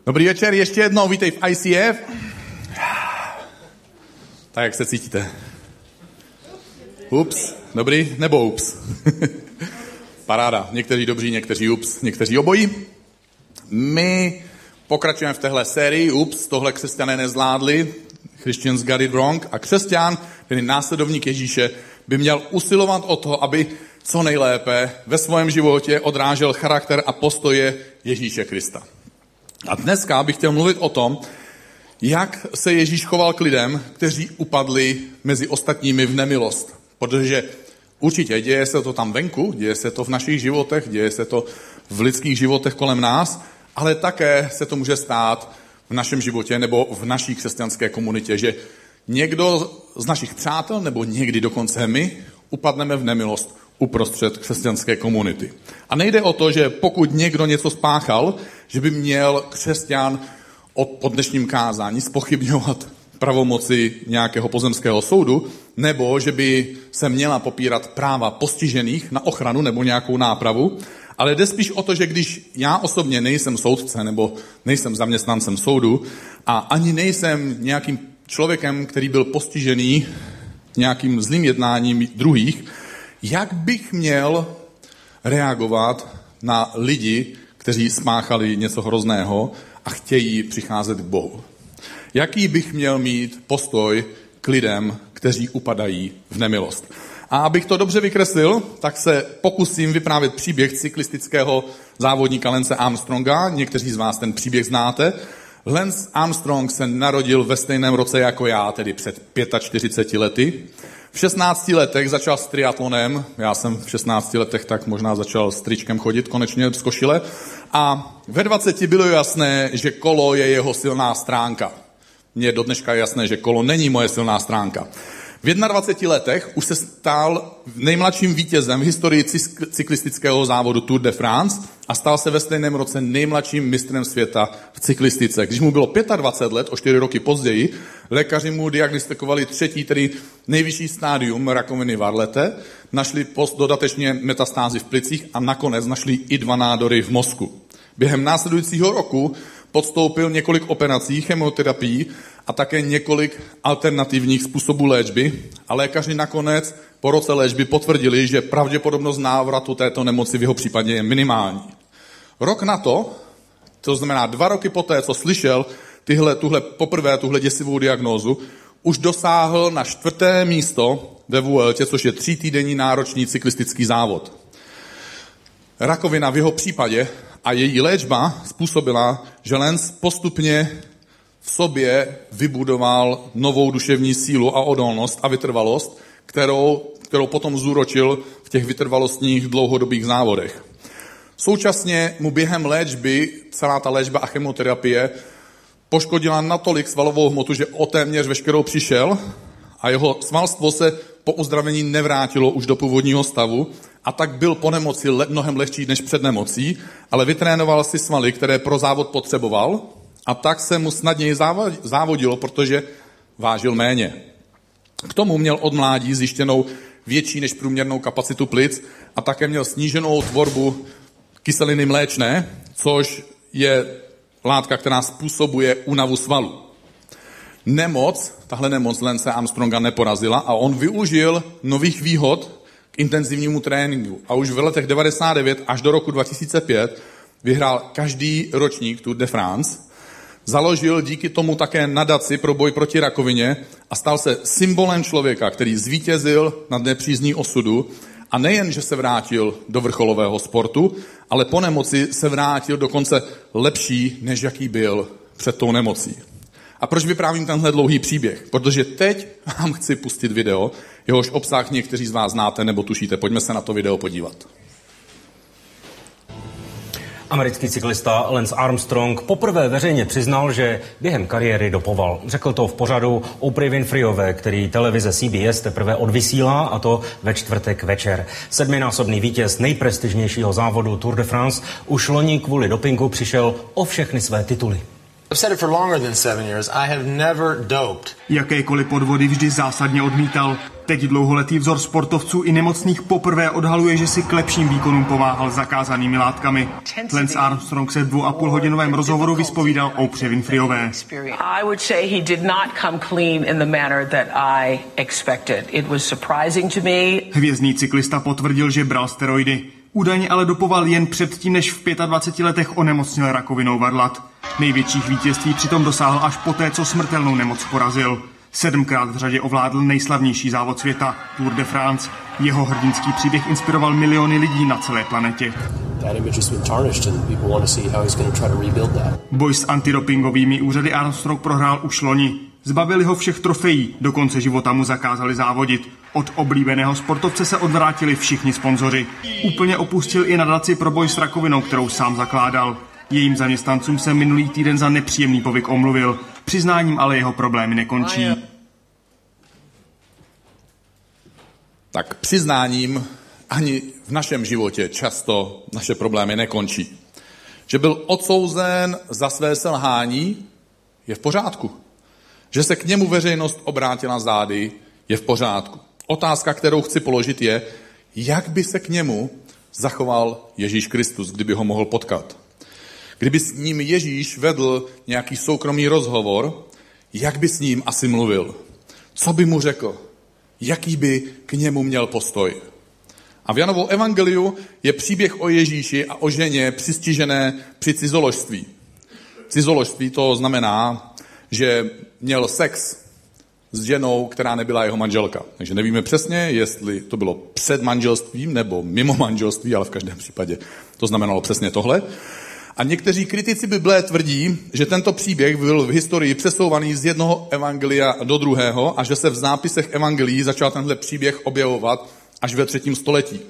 Dobrý večer, ještě jednou, vítej v ICF. Tak, jak se cítíte? Ups, dobrý, nebo ups? Paráda, někteří dobří, někteří ups, někteří obojí. My pokračujeme v téhle sérii, ups, tohle křesťané nezvládli, Christians got it wrong, a křesťan, tedy následovník Ježíše, by měl usilovat o to, aby co nejlépe ve svém životě odrážel charakter a postoje Ježíše Krista. A dneska bych chtěl mluvit o tom, jak se Ježíš choval k lidem, kteří upadli mezi ostatními v nemilost. Protože určitě děje se to tam venku, děje se to v našich životech, děje se to v lidských životech kolem nás, ale také se to může stát v našem životě nebo v naší křesťanské komunitě, že někdo z našich přátel nebo někdy dokonce my upadneme v nemilost uprostřed křesťanské komunity. A nejde o to, že pokud někdo něco spáchal, že by měl křesťan po dnešním kázání zpochybňovat pravomoci nějakého pozemského soudu, nebo že by se měla popírat práva postižených na ochranu nebo nějakou nápravu, ale jde spíš o to, že když já osobně nejsem soudce nebo nejsem zaměstnancem soudu a ani nejsem nějakým člověkem, který byl postižený nějakým zlým jednáním druhých, jak bych měl reagovat na lidi, kteří spáchali něco hrozného a chtějí přicházet k Bohu? Jaký bych měl mít postoj k lidem, kteří upadají v nemilost? A abych to dobře vykreslil, tak se pokusím vyprávět příběh cyklistického závodníka Lance Armstronga. Někteří z vás ten příběh znáte. Lance Armstrong se narodil ve stejném roce jako já, tedy před 45 lety. V 16 letech začal s triatlonem, já jsem v 16 letech tak možná začal s tričkem chodit konečně z košile, a ve 20 bylo jasné, že kolo je jeho silná stránka. Mně do dneška je jasné, že kolo není moje silná stránka. V 21 letech už se stal nejmladším vítězem v historii cyklistického závodu Tour de France a stal se ve stejném roce nejmladším mistrem světa v cyklistice. Když mu bylo 25 let, o 4 roky později, lékaři mu diagnostikovali třetí, tedy nejvyšší stádium rakoviny varlete, našli dodatečně metastázy v plicích a nakonec našli i 2 nádory v mozku. Během následujícího roku podstoupil několik operací, chemoterapií a také několik alternativních způsobů léčby a lékaři nakonec po roce léčby potvrdili, že pravděpodobnost návratu této nemoci v jeho případě je minimální. Rok na to znamená 2 roky poté, co slyšel tuhle děsivou diagnózu, už dosáhl na 4. místo ve Vueltě, což je 3týdenní náročný cyklistický závod. Rakovina v jeho případě a její léčba způsobila, že Lance postupně v sobě vybudoval novou duševní sílu a odolnost a vytrvalost, kterou potom zúročil v těch vytrvalostních dlouhodobých závodech. Současně mu během léčby, celá ta léčba a chemoterapie poškodila natolik svalovou hmotu, že o téměř veškerou přišel a jeho svalstvo se po uzdravení nevrátilo už do původního stavu a tak byl po nemoci mnohem lehčí než před nemocí, ale vytrénoval si svaly, které pro závod potřeboval, a tak se mu snadněji závodilo, protože vážil méně. K tomu měl od mládí zjištěnou větší než průměrnou kapacitu plic a také měl sníženou tvorbu kyseliny mléčné, což je látka, která způsobuje únavu svalů. Tahle nemoc Lance Armstronga neporazila a on využil nových výhod k intenzivnímu tréninku. A už v letech 99 až do roku 2005 vyhrál každý ročník Tour de France, založil díky tomu také nadaci pro boj proti rakovině a stal se symbolem člověka, který zvítězil nad nepřízní osudu a nejen, že se vrátil do vrcholového sportu, ale po nemoci se vrátil dokonce lepší, než jaký byl před tou nemocí. A proč vyprávím tenhle dlouhý příběh? Protože teď vám chci pustit video, jehož obsah někteří z vás znáte nebo tušíte. Pojďme se na to video podívat. Americký cyklista Lance Armstrong poprvé veřejně přiznal, že během kariéry dopoval. Řekl to v pořadu Oprah Winfreyové, který televize CBS teprve odvysílá, a to ve čtvrtek večer. 7násobný vítěz nejprestižnějšího závodu Tour de France už loni kvůli dopingu přišel o všechny své tituly. I've said it for longer than 7 years. I have never doped. Jakékoliv podvody vždy zásadně odmítal. Teď dlouholetý vzor sportovců i nemocných poprvé odhaluje, že si k lepším výkonům pomáhal zakázanými látkami. Lance Armstrong se v 2,5hodinovém rozhovoru vyspovídal Oprah Winfreyové. I would say he did not come clean in the manner that I expected. It was surprising to me. Hvězdný cyklista potvrdil, že bral steroidy. Údajně ale dopoval jen předtím, než v 25 letech onemocněl rakovinou varlat. Největších vítězství přitom dosáhl až poté, co smrtelnou nemoc porazil. 7krát v řadě ovládl nejslavnější závod světa, Tour de France. Jeho hrdinský příběh inspiroval miliony lidí na celé planetě. Boj s antidopingovými úřady Armstrong prohrál už loni. Zbavili ho všech trofejí, do konce života mu zakázali závodit. Od oblíbeného sportovce se odvrátili všichni sponzoři. Úplně opustil i nadaci pro boj s rakovinou, kterou sám zakládal. Jejím zaměstnancům se minulý týden za nepříjemný povyk omluvil. Přiznáním ale jeho problémy nekončí. Tak přiznáním ani v našem životě často naše problémy nekončí. Že byl odsouzen za své selhání, je v pořádku. Že se k němu veřejnost obrátila zády, je v pořádku. Otázka, kterou chci položit, je, jak by se k němu zachoval Ježíš Kristus, kdyby ho mohl potkat. Kdyby s ním Ježíš vedl nějaký soukromý rozhovor, jak by s ním asi mluvil? Co by mu řekl? Jaký by k němu měl postoj? A v Janovou evangeliu je příběh o Ježíši a o ženě přistižené při cizoložství. Cizoložství to znamená, že měl sex s ženou, která nebyla jeho manželka. Takže nevíme přesně, jestli to bylo před manželstvím nebo mimo manželství, ale v každém případě to znamenalo přesně tohle. A někteří kritici Bible tvrdí, že tento příběh byl v historii přesouvaný z jednoho evangelia do druhého a že se v zápisech evangelií začal tenhle příběh objevovat až ve 3. století.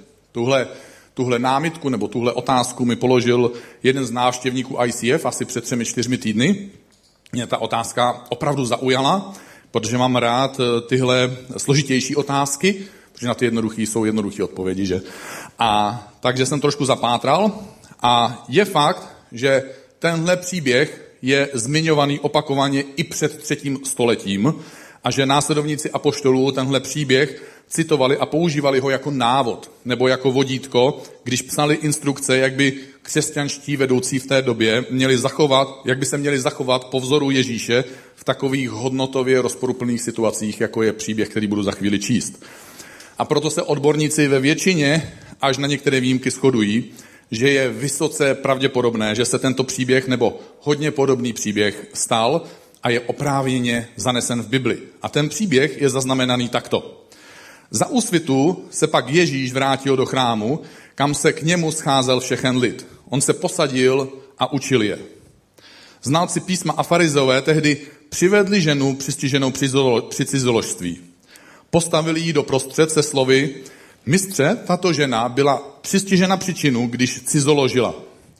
Tuhle námitku nebo tuhle otázku mi položil jeden z návštěvníků ICF asi před 3-4 týdny. Mě ta otázka opravdu zaujala, protože mám rád tyhle složitější otázky, protože na ty jednoduché jsou jednoduché odpovědi, že? A takže jsem trošku zapátral a je fakt, že tenhle příběh je zmiňovaný opakovaně i před 3. stoletím a že následovníci apoštolů tenhle příběh citovali a používali ho jako návod nebo jako vodítko, když psali instrukce, jak by křesťanští vedoucí v té době jak by se měli zachovat po vzoru Ježíše v takových hodnotově rozporuplných situacích, jako je příběh, který budu za chvíli číst. A proto se odborníci ve většině až na některé výjimky shodují, že je vysoce pravděpodobné, že se tento příběh nebo hodně podobný příběh stal a je oprávněně zanesen v Bibli. A ten příběh je zaznamenaný takto. Za úsvitu se pak Ježíš vrátil do chrámu, kam se k němu scházel všechen lid. On se posadil a učil je. Znalci písma a farizeové tehdy přivedli ženu přistiženou při cizoložství. Postavili ji doprostřed se slovy: Mistře, tato žena byla přistižena při činu, když cizoložila.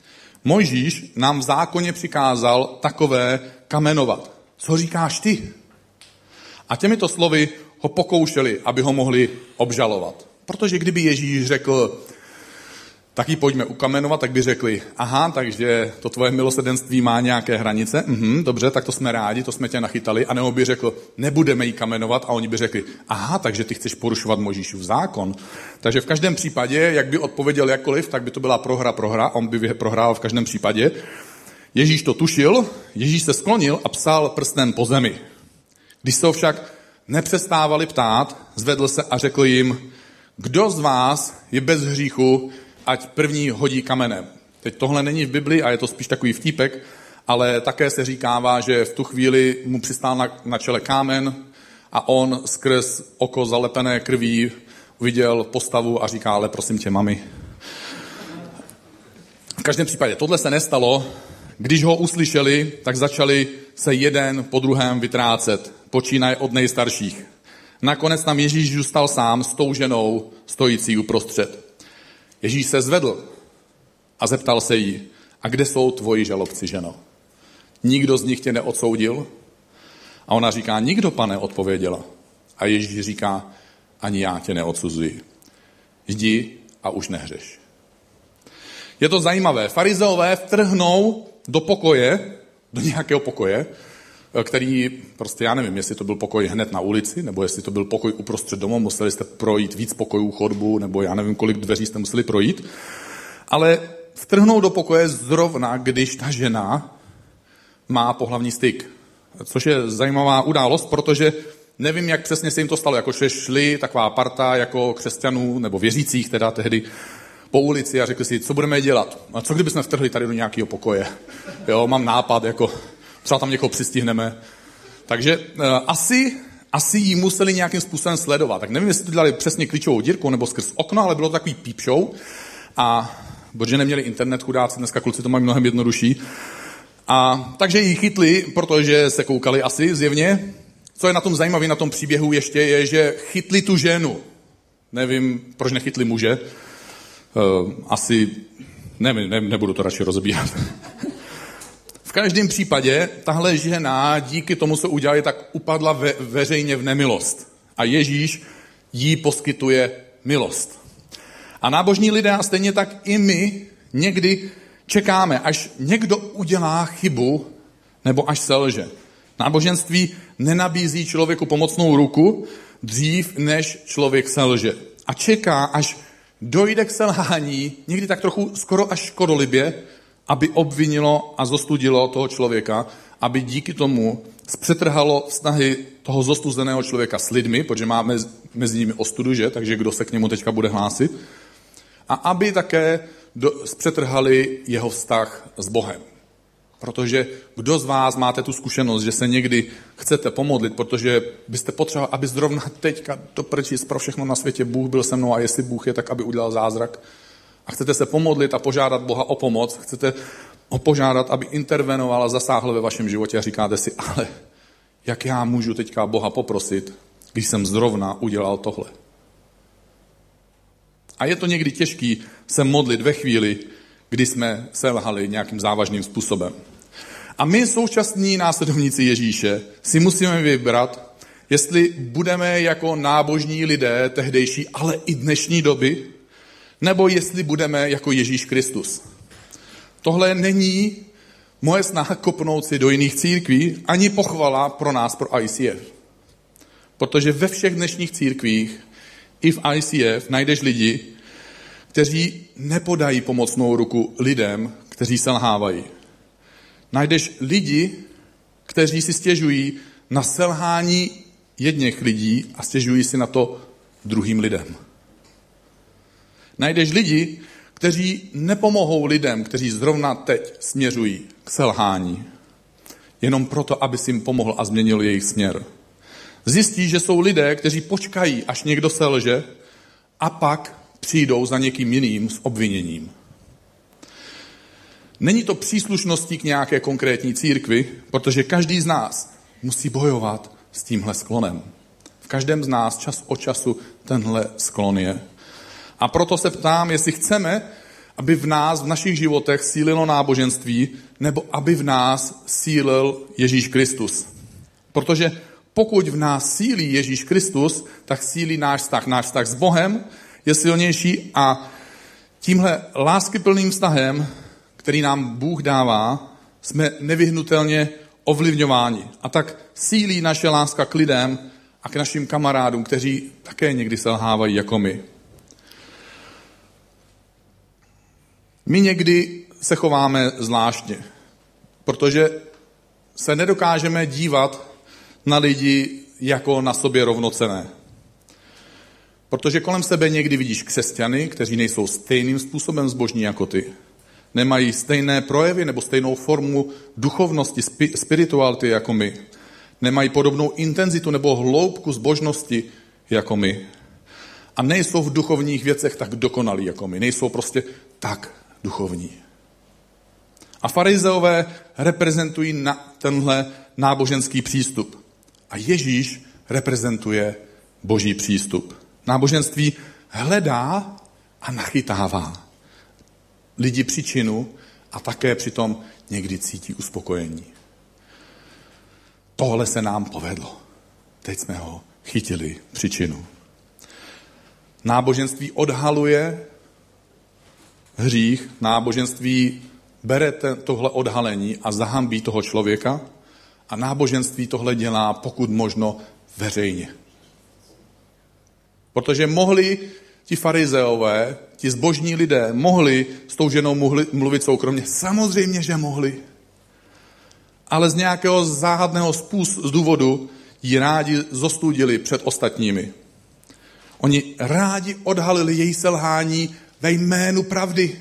Mojžíš nám v zákoně přikázal takové kamenovat. Co říkáš ty? A těmito slovy ho pokoušeli, aby ho mohli obžalovat. Protože kdyby Ježíš řekl, tak ji pojďme ukamenovat, tak by řekli, aha, takže to tvoje milosrdenství má nějaké hranice, dobře, tak to jsme rádi, to jsme tě nachytali, a nebo by řekl, nebudeme ji kamenovat, a oni by řekli, aha, takže ty chceš porušovat Mojžíšův zákon. Takže v každém případě, jak by odpověděl jakkoliv, tak by to byla prohra, on by prohrál v každém případě. Ježíš to tušil, Ježíš se sklonil a psal prstem po zemi. Když se ho však nepřestávali ptát, zvedl se a řekl jim, kdo z vás je bez hříchu, ať první hodí kamenem. Teď tohle není v Bibli a je to spíš takový vtípek, ale také se říkává, že v tu chvíli mu přistál na čele kámen a on skrz oko zalepené krví viděl postavu a říká, ale prosím tě, mami. V každém případě tohle se nestalo. Když ho uslyšeli, tak začali se jeden po druhém vytrácet, počínaje od nejstarších. Nakonec tam Ježíš zůstal sám s tou ženou stojící uprostřed. Ježíš se zvedl a zeptal se jí, a kde jsou tvoji žalobci, ženo? Nikdo z nich tě neodsoudil? A ona říká, nikdo, pane, odpověděla. A Ježíš říká, ani já tě neodsuzuji. Jdi a už nehřeš. Je to zajímavé. Farizeové vtrhnou do pokoje do nějakého pokoje, který prostě, já nevím, jestli to byl pokoj hned na ulici, nebo jestli to byl pokoj uprostřed domu, museli jste projít víc pokojů, chodbu, nebo já nevím, kolik dveří jste museli projít, ale vtrhnout do pokoje zrovna, když ta žena má pohlavní styk. Což je zajímavá událost, protože nevím, jak přesně se jim to stalo, jakože šli taková parta jako křesťanů, nebo věřících teda tehdy, po ulici a řekli si, co budeme dělat. A co kdybychom vtrhli tady do nějakého pokoje? Jo, mám nápad, jako třeba tam někoho přistihneme. Takže asi jí museli nějakým způsobem sledovat. Tak nevím, jestli to dělali přesně klíčovou dírkou nebo skrz okno, ale bylo to takový peep show. A protože neměli internet, chudáci, dneska kluci to mají mnohem jednodušší. A takže ji chytli, protože se koukali asi zjevně. Co je na tom zajímavé na tom příběhu ještě je, že chytli tu ženu. Nevím, proč nechytli muže. Asi, nevím, nebudu to radši rozebírat. V každém případě tahle žena díky tomu, co udělali, tak upadla veřejně v nemilost. A Ježíš jí poskytuje milost. A nábožní lidé, a stejně tak i my, někdy čekáme, až někdo udělá chybu, nebo až selže. Náboženství nenabízí člověku pomocnou ruku dřív, než člověk selže. A čeká, až dojde k selhání, někdy tak trochu skoro až škodolibě, aby obvinilo a zostudilo toho člověka, aby díky tomu zpřetrhalo vztahy toho zostuzeného člověka s lidmi, protože máme mezi nimi ostudu, že? Takže kdo se k němu teďka bude hlásit. A aby také zpřetrhali jeho vztah s Bohem. Protože kdo z vás máte tu zkušenost, že se někdy chcete pomodlit, protože byste potřebovali, aby zrovna teďka do prčic pro všechno na světě Bůh byl se mnou a jestli Bůh je, tak aby udělal zázrak. A chcete se pomodlit a požádat Boha o pomoc, chcete ho požádat, aby intervenoval a zasáhl ve vašem životě a říkáte si, ale jak já můžu teďka Boha poprosit, když jsem zrovna udělal tohle. A je to někdy těžký se modlit ve chvíli, kdy jsme selhali nějakým závažným způsobem. A my, současní následovníci Ježíše, si musíme vybrat, jestli budeme jako nábožní lidé tehdejší, ale i dnešní doby, nebo jestli budeme jako Ježíš Kristus. Tohle není moje snaha kopnout si do jiných církví, ani pochvala pro nás, pro ICF. Protože ve všech dnešních církvích, i v ICF, najdeš lidi, kteří nepodají pomocnou ruku lidem, kteří selhávají. Najdeš lidi, kteří si stěžují na selhání jedněch lidí a stěžují si na to druhým lidem. Najdeš lidi, kteří nepomohou lidem, kteří zrovna teď směřují k selhání, jenom proto, aby si jim pomohl a změnil jejich směr. Zjistí, že jsou lidé, kteří počkají, až někdo selže, a pak přijdou za někým jiným s obviněním. Není to příslušností k nějaké konkrétní církvi, protože každý z nás musí bojovat s tímhle sklonem. V každém z nás čas od času tenhle sklon je. A proto se ptám, jestli chceme, aby v nás, v našich životech sílilo náboženství, nebo aby v nás sílil Ježíš Kristus. Protože pokud v nás sílí Ježíš Kristus, tak sílí náš vztah s Bohem je silnější a tímhle láskyplným vztahem, který nám Bůh dává, jsme nevyhnutelně ovlivňováni. A tak sílí naše láska k lidem a k našim kamarádům, kteří také někdy selhávají jako my. My někdy se chováme zvláštně, protože se nedokážeme dívat na lidi jako na sobě rovnocenné. Protože kolem sebe někdy vidíš křesťany, kteří nejsou stejným způsobem zbožní jako ty. Nemají stejné projevy nebo stejnou formu duchovnosti, spirituality jako my. Nemají podobnou intenzitu nebo hloubku zbožnosti jako my. A nejsou v duchovních věcech tak dokonalí jako my. Nejsou prostě tak duchovní. A farizeové reprezentují tenhle náboženský přístup. A Ježíš reprezentuje boží přístup. Náboženství hledá a nachytává lidi příčinu a také přitom někdy cítí uspokojení. Tohle se nám povedlo. Teď jsme ho chytili příčinu. Náboženství odhaluje hřích, náboženství bere tohle odhalení a zahambí toho člověka a náboženství tohle dělá pokud možno veřejně. Protože mohli ti farizeové, ti zbožní lidé, mohli s tou ženou mluvit soukromně. Samozřejmě, že mohli. Ale z nějakého záhadného z důvodu ji rádi zostudili před ostatními. Oni rádi odhalili její selhání ve jménu pravdy.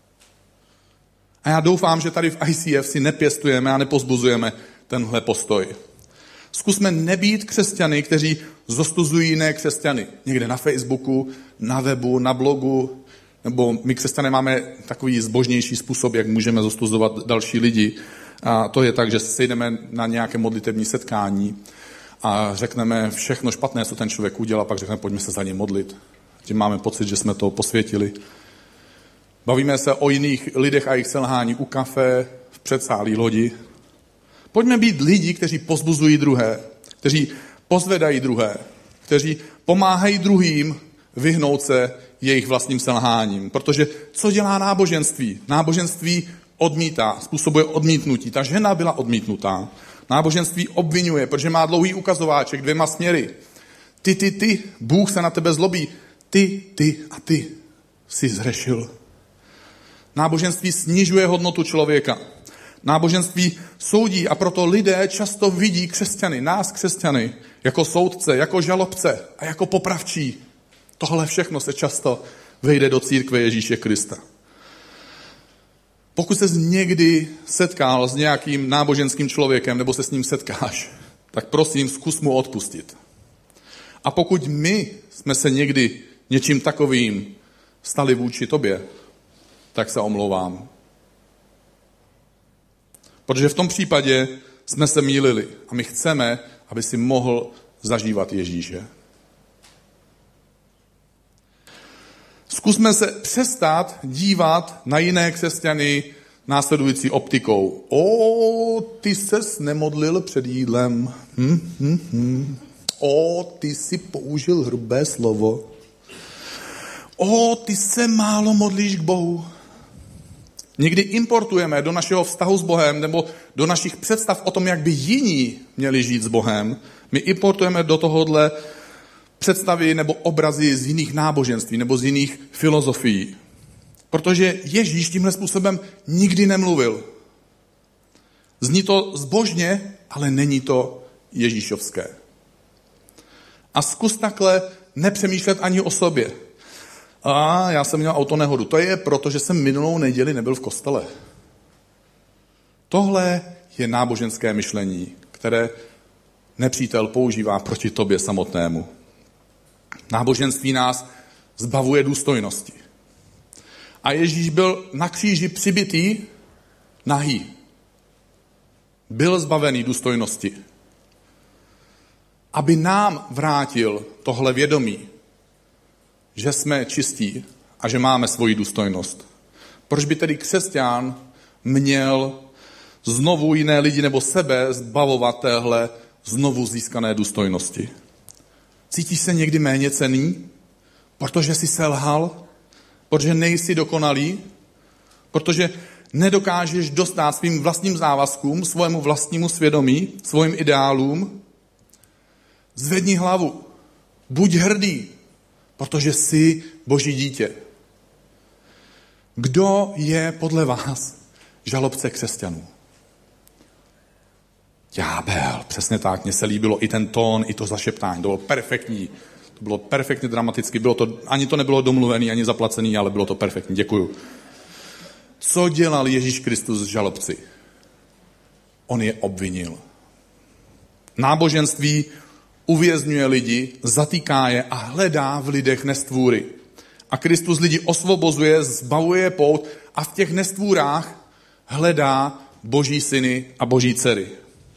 A já doufám, že tady v ICF si nepěstujeme a nepozbuzujeme tenhle postoj. Zkusme nebýt křesťany, kteří zostuzují jiné křesťany. Někde na Facebooku, na webu, na blogu, nebo my křesťané máme takový zbožnější způsob, jak můžeme zostuzovat další lidi. A to je tak, že se sejdeme na nějaké modlitební setkání a řekneme všechno špatné, co ten člověk udělal, pak řekneme, pojďme se za ně modlit. Tím máme pocit, že jsme to posvětili. Bavíme se o jiných lidech a jejich selhání u kafe, v předsálí lodi. Pojďme být lidi, kteří pozbuzují druhé, kteří pozvedají druhé, kteří pomáhají druhým vyhnout se jejich vlastním selháním. Protože co dělá náboženství? Náboženství odmítá, způsobuje odmítnutí. Ta žena byla odmítnutá. Náboženství obvinuje, protože má dlouhý ukazováček 2 směry. Ty, Bůh se na tebe zlobí. Ty a ty jsi zhřešil. Náboženství snižuje hodnotu člověka. Náboženství soudí a proto lidé často vidí křesťany, nás křesťany, jako soudce, jako žalobce a jako popravčí. Tohle všechno se často vejde do církve Ježíše Krista. Pokud ses někdy setkal s nějakým náboženským člověkem nebo se s ním setkáš, tak prosím, zkus mu odpustit. A pokud my jsme se někdy něčím takovým stali vůči tobě, tak se omlouvám. Protože v tom případě jsme se mýlili a my chceme, aby si mohl zažívat Ježíše. Zkusme se přestat dívat na jiné křesťany následující optikou. Ty ses nemodlil před jídlem. Ty si použil hrubé slovo. Ty se málo modlíš k Bohu. Někdy importujeme do našeho vztahu s Bohem nebo do našich představ o tom, jak by jiní měli žít s Bohem. My importujeme do tohohle představy nebo obrazy z jiných náboženství nebo z jiných filozofií. Protože Ježíš tímhle způsobem nikdy nemluvil. Zní to zbožně, ale není to ježíšovské. A zkus takhle nepřemýšlet ani o sobě. Já jsem měl autonehodu. To je proto, že jsem minulou neděli nebyl v kostele. Tohle je náboženské myšlení, které nepřítel používá proti tobě samotnému. Náboženství nás zbavuje důstojnosti. A Ježíš byl na kříži přibitý nahý. Byl zbavený důstojnosti. Aby nám vrátil tohle vědomí, že jsme čistí a že máme svoji důstojnost. Proč by tedy křesťan měl znovu jiné lidi nebo sebe zbavovat téhle znovu získané důstojnosti? Cítíš se někdy méně cenný? Protože jsi selhal? Protože nejsi dokonalý? Protože nedokážeš dostát svým vlastním závazkům, svému vlastnímu svědomí, svým ideálům? Zvedni hlavu. Buď hrdý, protože jsi Boží dítě. Kdo je podle vás žalobce křesťanů? Ďábel, přesně tak, mně se líbilo i ten tón, i to zašeptání, to bylo perfektní. To bylo perfektně dramaticky, ani to nebylo domluvený, ani zaplacený, ale bylo to perfektní, děkuju. Co dělal Ježíš Kristus s žalobci? On je obvinil. Náboženství uvězňuje lidi, zatýká je a hledá v lidech nestvůry. A Kristus lidi osvobozuje, zbavuje pout a v těch nestvůrách hledá Boží syny a Boží dcery.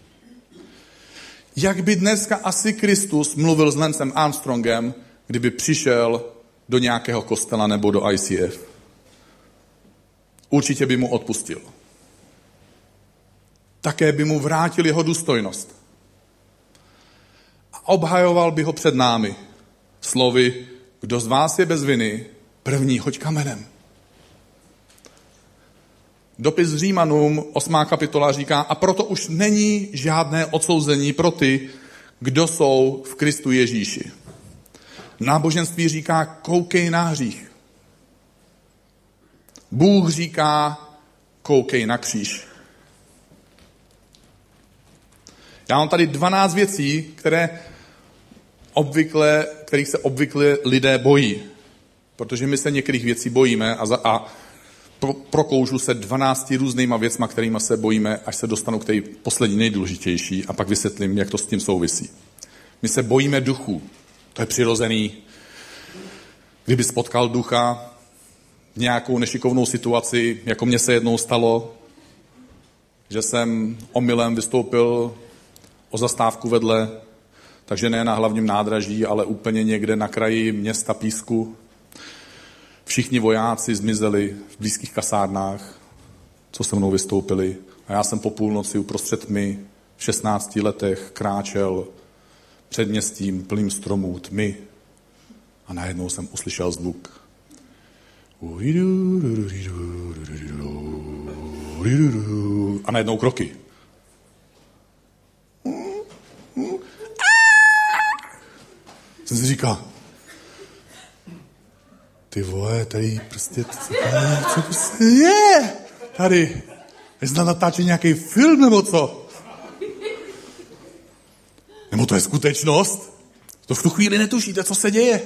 Jak by dneska asi Kristus mluvil s Lancem Armstrongem, kdyby přišel do nějakého kostela nebo do ICF? Určitě by mu odpustil. Také by mu vrátil jeho důstojnost. A obhajoval by ho před námi slovy, kdo z vás je bez viny, první hoď kamenem. Dopis Římanům, 8. kapitola říká, a proto už není žádné odsouzení pro ty, kdo jsou v Kristu Ježíši. Náboženství říká, koukej na hřích. Bůh říká, koukej na kříž. Já mám tady 12 věcí, kterých se obvykle lidé bojí. Protože my se některých věcí bojíme a prokoužu se 12 různýma věcma, kterými se bojíme, až se dostanu k té poslední nejdůležitější a pak vysvětlím, jak to s tím souvisí. My se bojíme duchu. To je přirozený. Kdyby spotkal ducha v nějakou nešikovnou situaci, jako mně se jednou stalo, že jsem omylem vystoupil o zastávku vedle, takže ne na hlavním nádraží, ale úplně někde na kraji města Písku. Všichni vojáci zmizeli v blízkých kasárnách, co se mnou vystoupili. A já jsem po půlnoci uprostřed tmy v 16 letech kráčel předměstím plným stromů tmy a najednou jsem uslyšel zvuk. A najednou kroky. Jsem si říkal, ty vole, tady prostě, co to se je? Tady, jestli tam natáčí nějaký film, nebo co? Nebo to je skutečnost? To v tu chvíli netušíte, co se děje.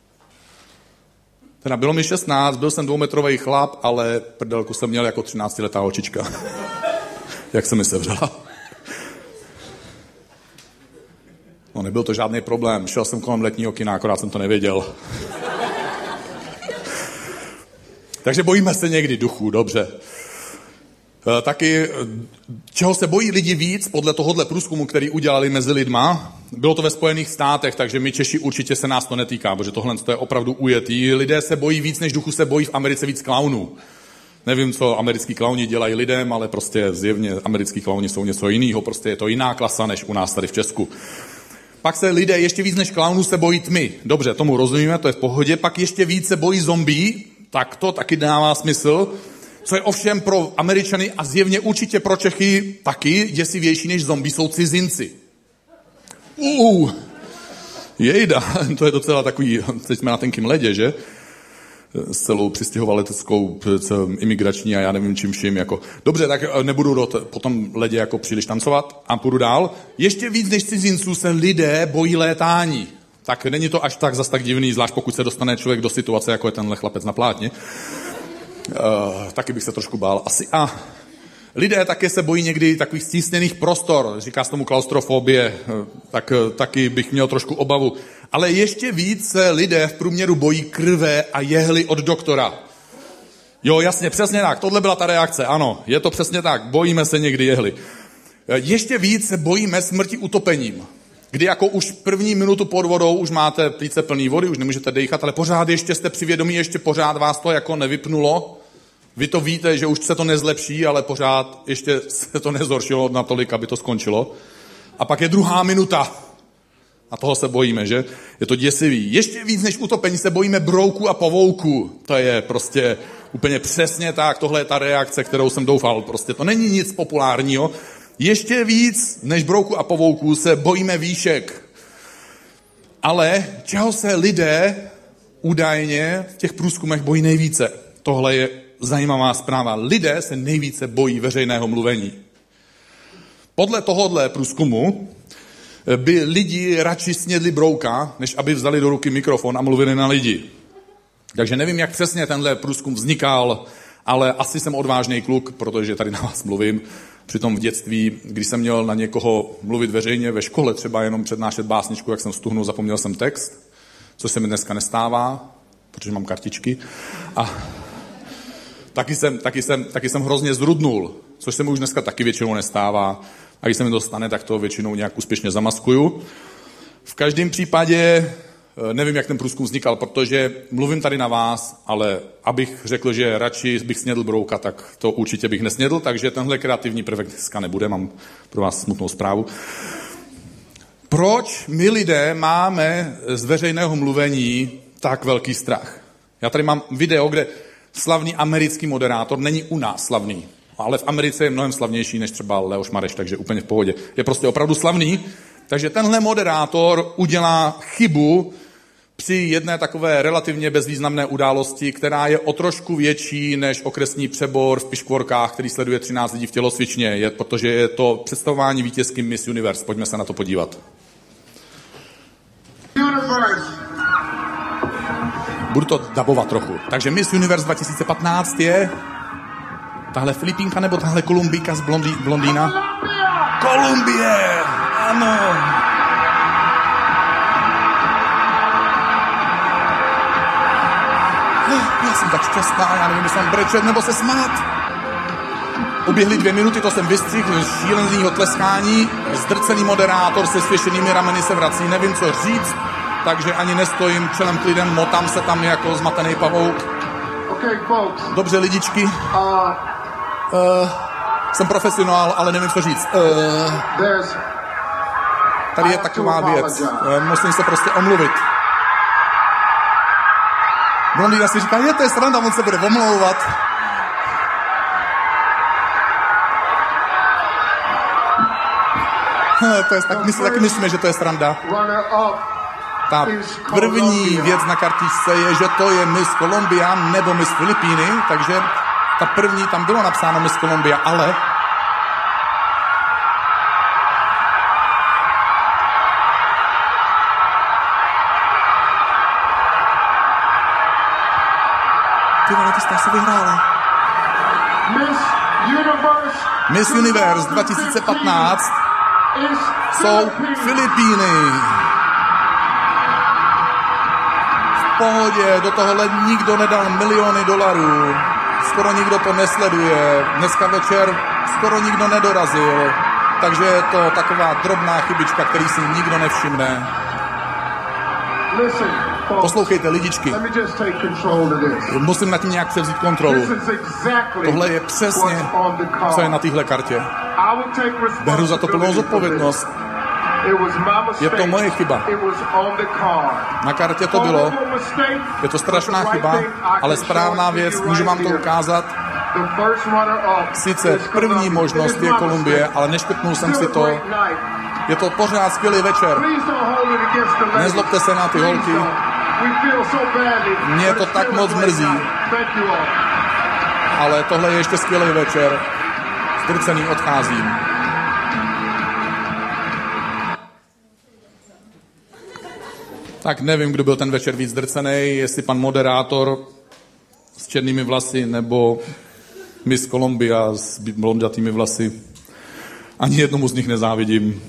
Teda bylo mi 16, byl jsem 2metrový chlap, ale prdelku jsem měl jako 13letá holčička. Jak se mi sevřela. No, nebyl to žádný problém. Šel jsem kolem letního kina, akorát jsem to nevěděl. Takže bojíme se někdy duchu, dobře. Taky, čeho se bojí lidi víc, podle tohohle průzkumu, který udělali mezi lidma, bylo to ve Spojených státech, takže my Češi určitě se nás to netýká, protože tohle je opravdu ujetý. Lidé se bojí víc, než duchu se bojí v Americe víc klaunů. Nevím, co americký klauni dělají lidem, ale prostě zjevně americký klauni jsou něco jiného, prostě je to jiná klasa, než u nás tady v Česku. Pak se lidé ještě víc než klaunů se bojí tmy. Dobře, tomu rozumíme, to je v pohodě. Pak ještě víc se bojí zombí, tak to taky dává smysl. Co je ovšem pro Američany a zjevně určitě pro Čechy taky děsivější než zombie, jsou cizinci. Jejda, to je docela takový, teď jsme na tenkým ledě, že? S celou přistěhovaleckou, imigrační a já nevím čím vším. Jako. Dobře, tak nebudu po tom ledě jako příliš tancovat a půjdu dál. Ještě víc než cizinců se lidé bojí létání. Tak není to až tak zas tak divný, zvlášť pokud se dostane člověk do situace, jako je tenhle chlapec na plátně. Taky bych se trošku bál asi. A lidé také se bojí někdy takových stísněných prostor, říká se tomu klaustrofobie, tak taky bych měl trošku obavu. Ale ještě víc se lidé v průměru bojí krve a jehly od doktora. Jo, jasně, přesně tak, tohle byla ta reakce, ano, je to přesně tak, bojíme se někdy jehly. Ještě víc se bojíme smrti utopením, kdy jako už první minutu pod vodou už máte plíce plný vody, už nemůžete dýchat, ale pořád ještě jste při vědomí, ještě pořád vás to jako nevypnulo. Vy to víte, že už se to nezlepší, ale pořád ještě se to nezhoršilo natolik, aby to skončilo. A pak je druhá minuta. A toho se bojíme, že? Je to děsivý. Ještě víc než utopení se bojíme brouku a pavouku. To je prostě úplně přesně tak. Tohle je ta reakce, kterou jsem doufal. Prostě to není nic populárního. Ještě víc než brouku a pavouku se bojíme výšek. Ale čeho se lidé údajně v těch průzkumech bojí nejvíce? Tohle je zajímavá zpráva. Lidé se nejvíce bojí veřejného mluvení. Podle tohohle průzkumu by lidi radši snědli brouka, než aby vzali do ruky mikrofon a mluvili na lidi. Takže nevím, jak přesně tenhle průzkum vznikal, ale asi jsem odvážný kluk, protože tady na vás mluvím. Přitom v dětství, když jsem měl na někoho mluvit veřejně ve škole, třeba jenom přednášet básničku, jak jsem stuhnul, zapomněl jsem text, což se mi dneska nestává, protože mám kartičky. A taky jsem hrozně zrudnul, což se mi už dneska taky většinou nestává. A když se mi to stane, tak to většinou nějak úspěšně zamaskuju. V každém případě nevím, jak ten průzkum vznikal, protože mluvím tady na vás, ale abych řekl, že radši bych snědl brouka, tak to určitě bych nesnědl, takže tenhle kreativní prvek dneska nebude, mám pro vás smutnou zprávu. Proč my lidé máme z veřejného mluvení tak velký strach? Já tady mám video, kde slavný americký moderátor, není u nás slavný, ale v Americe je mnohem slavnější než třeba Leoš Mareš, takže úplně v pohodě. Je prostě opravdu slavný. Takže tenhle moderátor udělá chybu při jedné takové relativně bezvýznamné události, která je o trošku větší než okresní přebor v piškvorkách, který sleduje 13 lidí v tělocvičně, protože je to představování vítězky Miss Universe. Pojďme se na to podívat. Budu to dabovat trochu. Takže Miss Universe 2015 je tahle Filipínka nebo tahle Kolumbíka z blondýna? Kolumbie! Ano! Já jsem tak šťastná, já nevím, jestli mám brečet nebo se smát. Uběhly 2 minuty, to jsem vystřihl z šíleného tleskání. Zdrcený moderátor se svěšenými rameny se vrací, nevím, co říct, takže ani nestojím čelem k lidem, motám se tam jako zmatený pavouk. Dobře, lidičky. Jsem profesionál, ale nevím, co říct. Tady je taková věc. Musím se prostě omluvit. Blondýna si říká, to je sranda, on se bude omlouvat. My si taky myslíme, že to je sranda. Ta první věc na kartičce je, že to je Miss Colombia nebo Miss Filipíny, takže ta první, tam bylo napsáno Miss Colombia, ale ty se vyhrála. Miss Universe 2015 jsou Filipíny. V pohodě, do tohohle nikdo nedal miliony dolarů. Skoro nikdo to nesleduje. Dneska večer skoro nikdo nedorazil. Takže je to taková drobná chybička, který si nikdo nevšimne. Poslouchejte, lidičky. Musím nad tím nějak převzít kontrolu. Tohle je přesně, co je na téhle kartě. Beru za to plnou zodpovědnost. Je to moje chyba. Na kartě to bylo. Je to strašná chyba, ale správná věc, můžu vám to ukázat. Sice první možnost je Kolumbie, ale neškrtnul jsem si to. Je to pořád skvělý večer. Nezlobte se na ty holky. Mě to tak moc mrzí. Ale tohle je ještě skvělý večer. Zdrcený odcházím. Tak nevím, kdo byl ten večer víc zdrcený, jestli pan moderátor s černými vlasy nebo Miss Colombia s blondatými vlasy. Ani jednomu z nich nezávidím.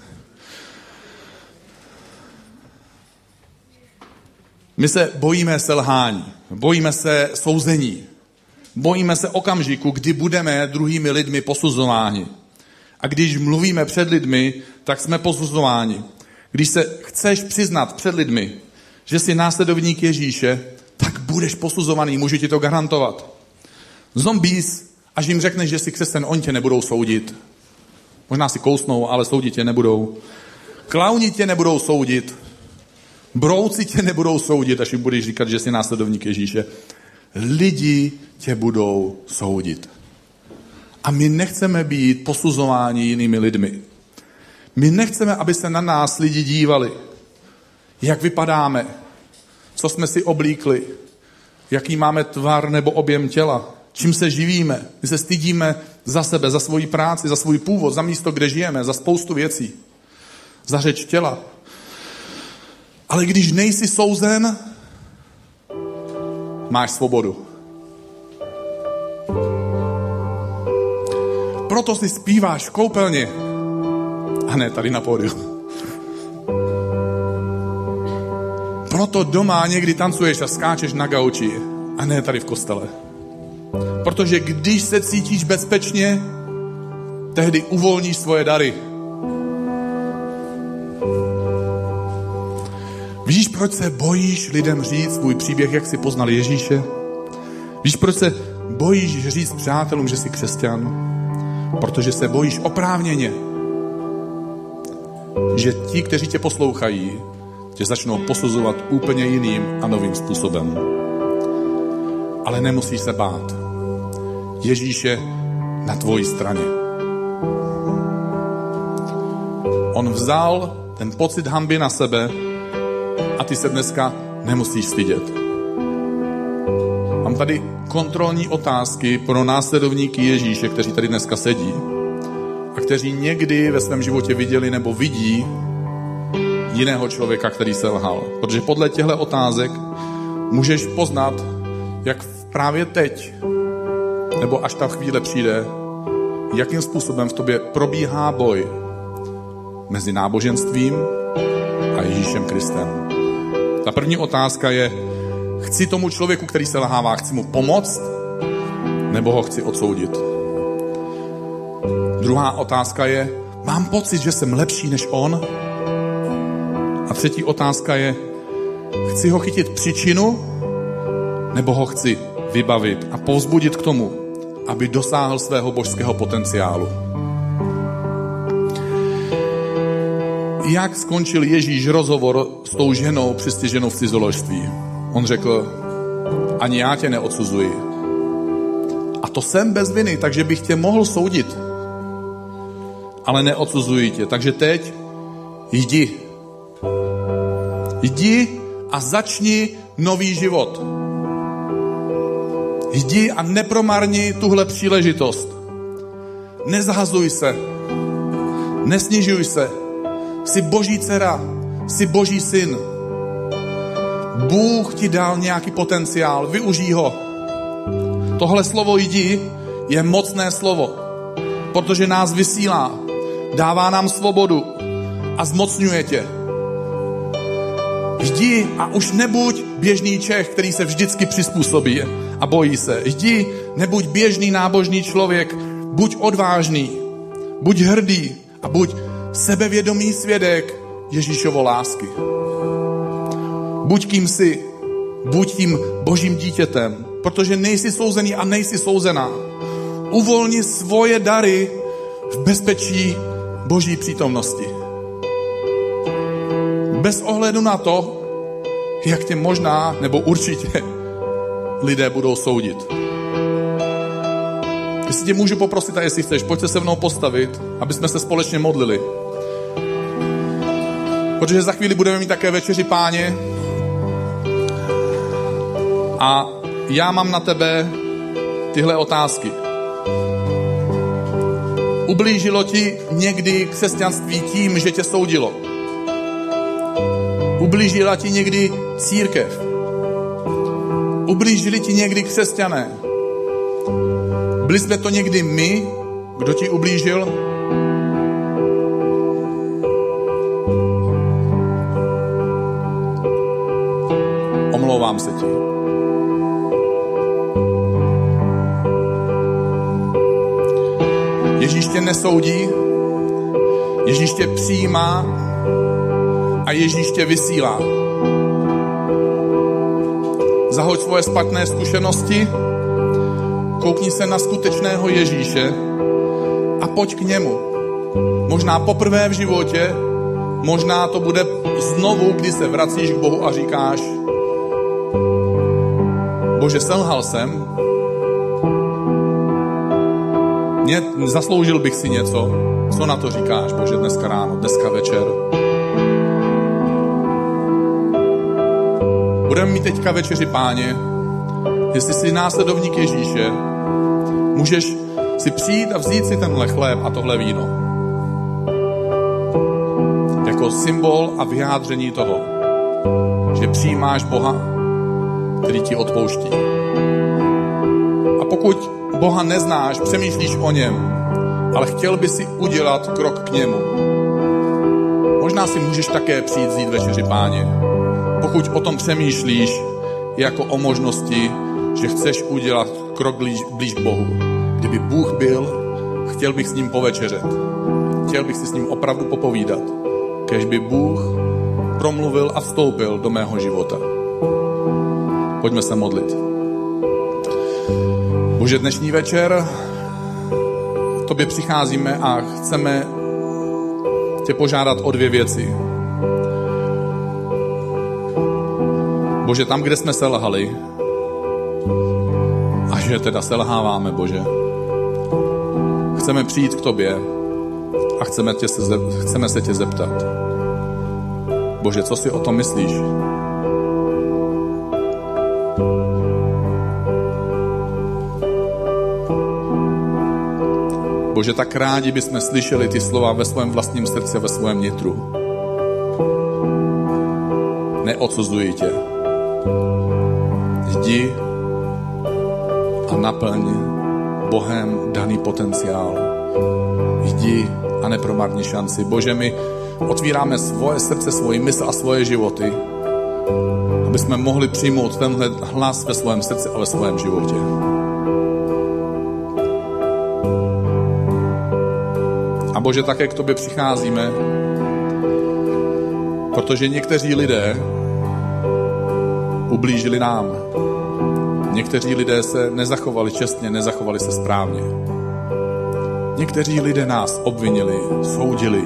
My se bojíme selhání, bojíme se souzení, bojíme se okamžiku, kdy budeme druhými lidmi posuzováni. A když mluvíme před lidmi, tak jsme posuzováni. Když se chceš přiznat před lidmi, že jsi následovník Ježíše, tak budeš posuzovaný, můžu ti to garantovat. Zombies, až jim řekneš, že jsi křesťan, oni tě nebudou soudit. Možná si kousnou, ale soudit tě nebudou. Klauni tě nebudou soudit. Brouci tě nebudou soudit, až jim budeš říkat, že jsi následovník Ježíše. Lidi tě budou soudit. A my nechceme být posuzováni jinými lidmi. My nechceme, aby se na nás lidi dívali, jak vypadáme, co jsme si oblíkli, jaký máme tvar nebo objem těla, čím se živíme. My se stydíme za sebe, za svoji práci, za svůj původ, za místo, kde žijeme, za spoustu věcí, za řeč těla. Ale když nejsi souzen, máš svobodu. Proto si zpíváš v koupelně a ne tady na pódiu. Proto doma někdy tancuješ a skáčeš na gauči a ne tady v kostele. Protože když se cítíš bezpečně, tehdy uvolníš svoje dary. Víš, proč se bojíš lidem říct svůj příběh, jak jsi poznal Ježíše? Víš, proč se bojíš říct přátelům, že jsi křesťan? Protože se bojíš oprávněně, že ti, kteří tě poslouchají, tě začnou posuzovat úplně jiným a novým způsobem. Ale nemusíš se bát. Ježíše na tvojí straně. On vzal ten pocit hanby na sebe a ty se dneska nemusíš stydět. Mám tady kontrolní otázky pro následovníky Ježíše, kteří tady dneska sedí a kteří někdy ve svém životě viděli nebo vidí jiného člověka, který selhal. Protože podle těchto otázek můžeš poznat, jak právě teď, nebo až ta chvíle přijde, jakým způsobem v tobě probíhá boj mezi náboženstvím a Ježíšem Kristem. Ta první otázka je, chci tomu člověku, který selhává, chci mu pomoct, nebo ho chci odsoudit? Druhá otázka je, mám pocit, že jsem lepší než on? A třetí otázka je, chci ho chytit příčinu, nebo ho chci vybavit a povzbudit k tomu, aby dosáhl svého božského potenciálu. Jak skončil Ježíš rozhovor s tou ženou přistěženou v cizoložství? On řekl, ani já tě neodsuzuji. A to jsem bez viny, takže bych tě mohl soudit. Ale neodsuzuji tě. Takže teď jdi. Jdi a začni nový život. Jdi a nepromarni tuhle příležitost. Nezhazuj se. Nesnižuj se. Jsi Boží dcera. Jsi Boží syn. Bůh ti dal nějaký potenciál. Využij ho. Tohle slovo jdi je mocné slovo. Protože nás vysílá. Dává nám svobodu. A zmocňuje tě. Jdi a už nebuď běžný Čech, který se vždycky přizpůsobí a bojí se. Jdi, nebuď běžný nábožný člověk, buď odvážný, buď hrdý a buď sebevědomý svědek Ježíšovo lásky. Buď kým jsi, buď tím Božím dítětem, protože nejsi souzený a nejsi souzená. Uvolni svoje dary v bezpečí Boží přítomnosti. Bez ohledu na to, jak tě možná, nebo určitě, lidé budou soudit. Jestli tě můžu poprosit a jestli chceš, pojď se mnou postavit, aby jsme se společně modlili. Protože za chvíli budeme mít také večeři Páně a já mám na tebe tyhle otázky. Ublížilo ti někdy křesťanství tím, že tě soudilo? Ublížila ti někdy církev? Ublížili ti někdy křesťané? Byli jsme to někdy my, kdo ti ublížil? Omlouvám se ti. Ježíš tě nesoudí, Ježíš tě přijímá a Ježíš tě vysílá. Zahoď svoje špatné zkušenosti, koukni se na skutečného Ježíše a pojď k němu. Možná poprvé v životě, možná to bude znovu, kdy se vracíš k Bohu a říkáš: Bože, selhal jsem. Zasloužil bych si něco. Co na to říkáš, Bože, dneska ráno, dneska večer? Budeme mít teďka večeři Páně. Jestli jsi následovník Ježíše, můžeš si přijít a vzít si tenhle chléb a tohle víno. Jako symbol a vyjádření toho, že přijímáš Boha, který ti odpouští. A pokud Boha neznáš, přemýšlíš o něm, ale chtěl by si udělat krok k němu, možná si můžeš také přijít vzít večeři Páně. Pokud o tom přemýšlíš jako o možnosti, že chceš udělat krok blíž k Bohu. Kdyby Bůh byl, chtěl bych s ním povečeřet. Chtěl bych si s ním opravdu popovídat. Kéž by Bůh promluvil a vstoupil do mého života. Pojďme se modlit. Bože, dnešní večer k tobě přicházíme a chceme tě požádat o 2 věci. Bože, tam, kde jsme selhali, a že teda selháváme, Bože, chceme přijít k tobě a chceme se tě zeptat. Bože, co si o tom myslíš? Bože, tak rádi bychom slyšeli ty slova ve svém vlastním srdci a ve svém nitru. Neodsuzuji tě. Jdi a naplň Bohem daný potenciál. Jdi a nepromarni šanci. Bože, my otvíráme svoje srdce, svoji mysl a svoje životy, aby jsme mohli přijmout tenhle hlas ve svém srdci a ve svém životě. A Bože, také k tobě přicházíme, protože někteří lidé ublížili nám. Někteří lidé se nezachovali čestně, nezachovali se správně. Někteří lidé nás obvinili, soudili.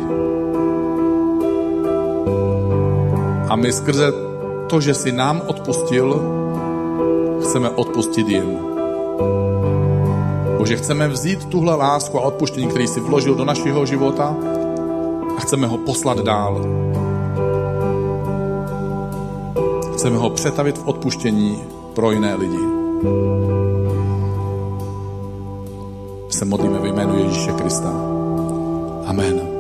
A my skrze to, že si nám odpustil, chceme odpustit jim. Bože, chceme vzít tuhle lásku a odpuštění, který jsi vložil do našeho života a chceme ho poslat dál. Chceme ho přetavit v odpuštění pro jiné lidi. Se modlíme ve jménu Ježíše Krista. Amen.